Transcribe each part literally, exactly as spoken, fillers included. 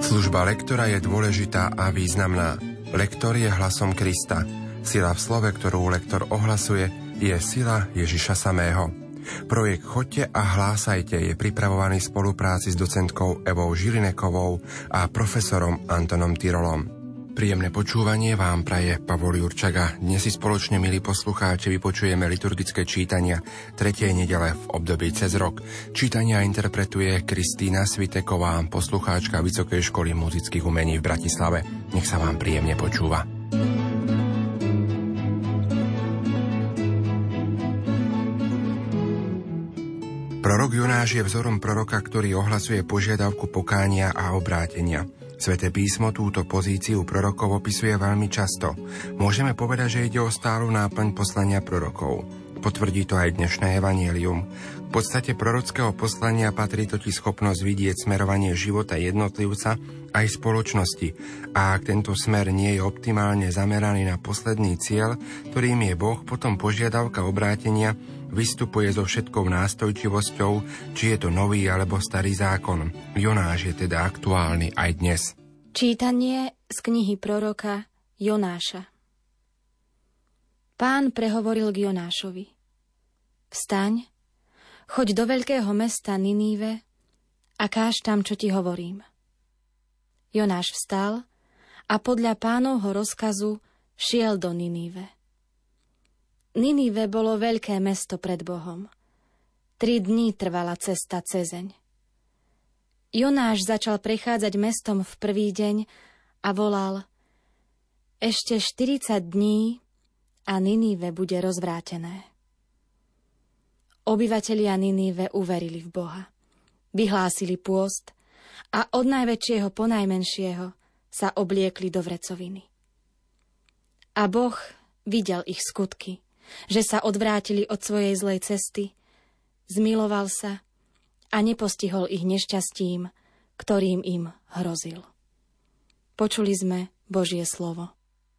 Služba lektora je dôležitá a významná. Lektor je hlasom Krista. Sila v slove, ktorú lektor ohlasuje, je sila Ježiša samého. Projekt Choďte a hlásajte je pripravovaný v spolupráci s docentkou Evou Žilinekovou a profesorom Antonom Tyrolom. Príjemné počúvanie vám praje Pavol Jurčaga. Dnes si spoločne, milí poslucháči, vypočujeme liturgické čítania tretej nedele v období cez rok. Čítania interpretuje Kristína Sviteková, poslucháčka Vysokej školy muzických umení v Bratislave. Nech sa vám príjemne počúva. Prorok Jonáš je vzorom proroka, ktorý ohlasuje požiadavku pokánia a obrátenia. Sväté písmo túto pozíciu prorokov opisuje veľmi často. Môžeme povedať, že ide o stálu náplň poslania prorokov. Potvrdí to aj dnešné evanjelium. V podstate prorockého poslania patrí totiž schopnosť vidieť smerovanie života jednotlivca aj spoločnosti. A ak tento smer nie je optimálne zameraný na posledný cieľ, ktorým je Boh, potom požiadavka obrátenia vystupuje so všetkou nástojčivosťou, či je to nový alebo starý zákon. Jonáš je teda aktuálny aj dnes. Čítanie z knihy proroka Jonáša. Pán prehovoril k Jonášovi. Vstaň, choď do veľkého mesta Niníve a káž tam, čo ti hovorím. Jonáš vstal a podľa Pánovho rozkazu šiel do Niníve. Ninive bolo veľké mesto pred Bohom. Tri dní trvala cesta cezeň. Jonáš začal prechádzať mestom v prvý deň a volal: Ešte štyridsať dní a Ninive bude rozvrátené. Obyvatelia Ninive uverili v Boha. Vyhlásili pôst a od najväčšieho po najmenšieho sa obliekli do vrecoviny. A Boh videl ich skutky, že sa odvrátili od svojej zlej cesty, zmiloval sa a nepostihol ich nešťastím, ktorým im hrozil. Počuli sme Božie slovo.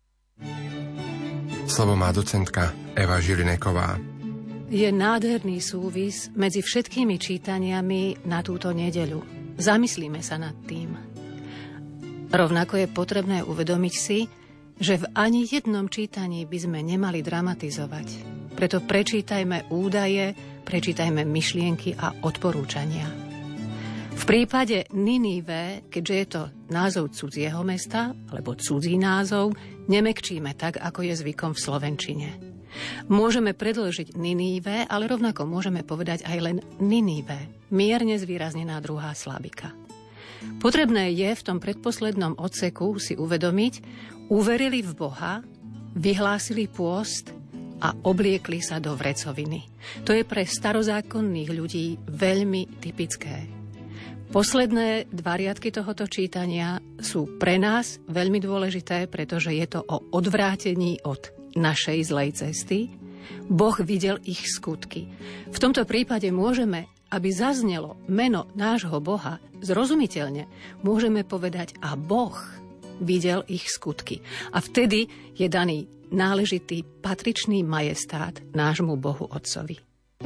Slovo má docentka Eva Žilineková. Je nádherný súvis medzi všetkými čítaniami na túto nedeľu. Zamyslíme sa nad tým. Rovnako je potrebné uvedomiť si, že v ani jednom čítaní by sme nemali dramatizovať. Preto prečítajme údaje, prečítajme myšlienky a odporúčania. V prípade Ninive, keďže je to názov cudzieho mesta, alebo cudzí názov, nemekčíme tak, ako je zvykom v slovenčine. Môžeme predĺžiť Ninive, ale rovnako môžeme povedať aj len Ninive, mierne zvýraznená druhá slabika. Potrebné je v tom predposlednom odseku si uvedomiť, uverili v Boha, vyhlásili pôst a obliekli sa do vrecoviny. To je pre starozákonných ľudí veľmi typické. Posledné dva riadky tohoto čítania sú pre nás veľmi dôležité, pretože je to o odvrátení od našej zlej cesty. Boh videl ich skutky. V tomto prípade môžeme, aby zaznelo meno nášho Boha zrozumiteľne, môžeme povedať a Boh videl ich skutky. A vtedy je daný náležitý patričný majestát nášmu Bohu Otcovi.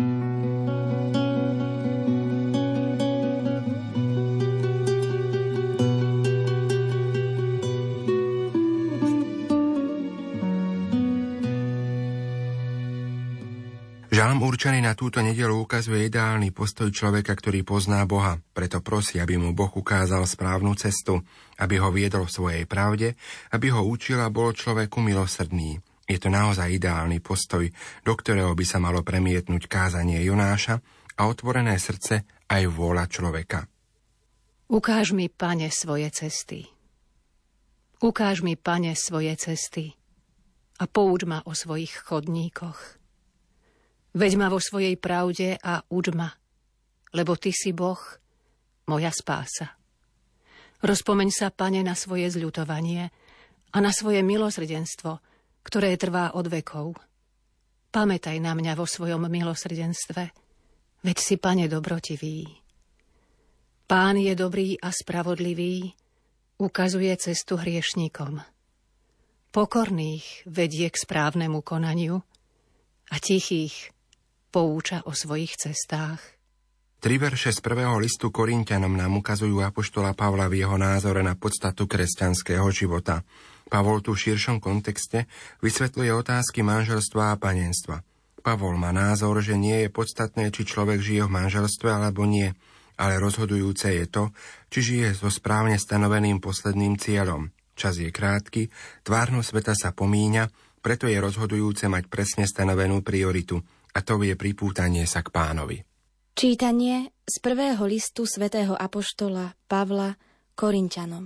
Žalm určený na túto nedeľu ukazuje ideálny postoj človeka, ktorý pozná Boha. Preto prosí, aby mu Boh ukázal správnu cestu, aby ho viedol v svojej pravde, aby ho učil a bol človeku milosrdný. Je to naozaj ideálny postoj, do ktorého by sa malo premietnúť kázanie Jonáša a otvorené srdce aj vôľa človeka. Ukáž mi, Pane, svoje cesty. Ukáž mi, Pane, svoje cesty a pouč ma o svojich chodníkoch. Veď ma vo svojej pravde a uč ma, lebo Ty si Boh, moja spása. Rozpomeň sa, Pane, na svoje zľutovanie a na svoje milosrdenstvo, ktoré trvá od vekov. Pamätaj na mňa vo svojom milosrdenstve, veď si, Pane, dobrotivý. Pán je dobrý a spravodlivý, ukazuje cestu hriešníkom. Pokorných vedie k správnemu konaniu a tichých pouča o svojich cestách. Tri verše z prvého listu Korinťanom nám ukazujú apoštola Pavla v jeho názore na podstatu kresťanského života. Pavol tu v širšom kontexte vysvetľuje otázky manželstva a panenstva. Pavol má názor, že nie je podstatné, či človek žije v manželstve alebo nie, ale rozhodujúce je to, či žije so správne stanoveným posledným cieľom. Čas je krátky, tvárnosť sveta sa pomíňa, preto je rozhodujúce mať presne stanovenú prioritu, a to je pripútanie sa k Pánovi. Čítanie z prvého listu svätého apoštola Pavla Korinťanom.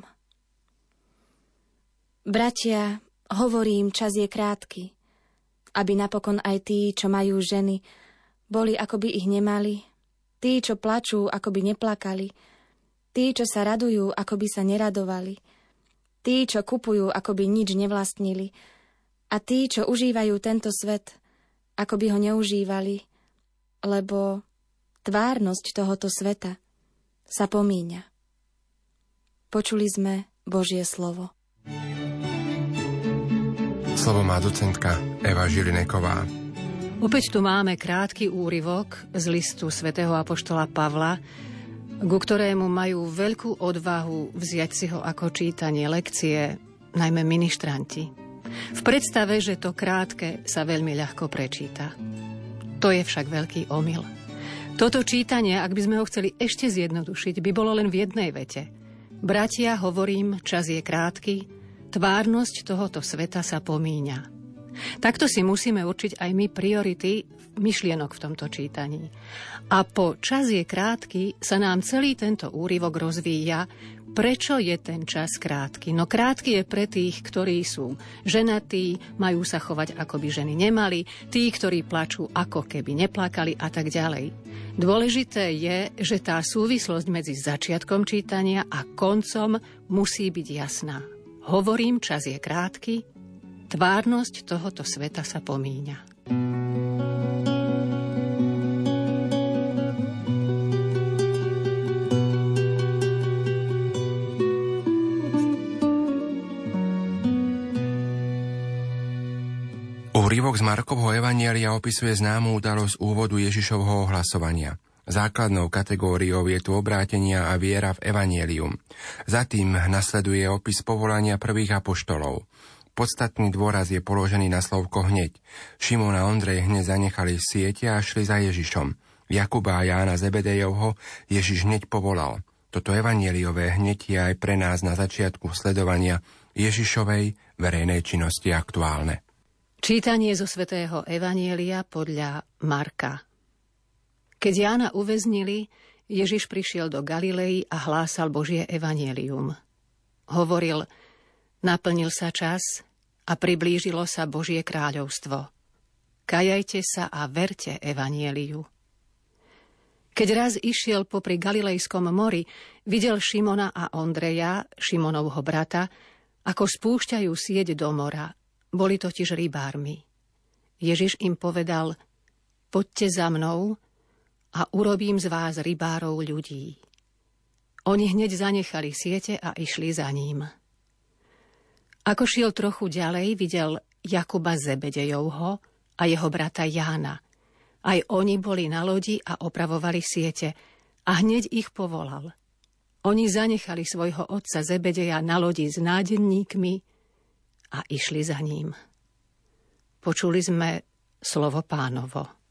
Bratia, hovorím, čas je krátky, aby napokon aj tí, čo majú ženy, boli, ako by ich nemali, tí, čo plačú, ako by neplakali, tí, čo sa radujú, ako by sa neradovali, tí, čo kupujú, ako by nič nevlastnili, a tí, čo užívajú tento svet, ako by ho neužívali, lebo tvárnosť tohoto sveta sa pomíňa. Počuli sme Božie slovo. Slovo má docentka Eva Žilineková. Opäť tu máme krátky úryvok z listu svätého apoštola Pavla, ku ktorému majú veľkú odvahu vziať si ho ako čítanie lekcie, najmä ministranti. V predstave, že to krátke sa veľmi ľahko prečíta. To je však veľký omyl. Toto čítanie, ak by sme ho chceli ešte zjednodušiť, by bolo len v jednej vete. Bratia, hovorím, čas je krátky, tvárnosť tohoto sveta sa pomíňa. Takto si musíme určiť aj my priority myšlienok v tomto čítaní. A po čas je krátky sa nám celý tento úryvok rozvíja. Prečo je ten čas krátky? No krátky je pre tých, ktorí sú ženatí, majú sa chovať, ako by ženy nemali, tí, ktorí plačú, ako keby neplakali a tak ďalej. Dôležité je, že tá súvislosť medzi začiatkom čítania a koncom musí byť jasná. Hovorím, čas je krátky, tvárnosť tohoto sveta sa pomíňa. Úryvok z Markovho evanjelia opisuje známú udalosť úvodu Ježišovho ohlasovania. Základnou kategóriou je tu obrátenia a viera v evanjelium. Za tým nasleduje opis povolania prvých apoštolov. Podstatný dôraz je položený na slovko hneď. Šimon a Ondrej hneď zanechali siete a šli za Ježišom. Jakuba a Jána Zebedejovho Ježiš hneď povolal. Toto evanjeliové hneď je aj pre nás na začiatku sledovania Ježišovej verejnej činnosti aktuálne. Čítanie zo svätého evanjelia podľa Marka. Keď Jána uväznili, Ježiš prišiel do Galilei a hlásal Božie evanjelium. Hovoril, naplnil sa čas a priblížilo sa Božie kráľovstvo. Kajajte sa a verte evanjeliu. Keď raz išiel popri Galilejskom mori, videl Šimona a Ondreja, Šimonovho brata, ako spúšťajú sieť do mora. Boli totiž rybármi. Ježiš im povedal, poďte za mnou a urobím z vás rybárov ľudí. Oni hneď zanechali siete a išli za ním. Ako šiel trochu ďalej, videl Jakuba Zebedejovho a jeho brata Jána. Aj oni boli na lodi a opravovali siete a hneď ich povolal. Oni zanechali svojho otca Zebedeja na lodi s nádenníkmi a išli za ním. Počuli sme slovo Pánovo.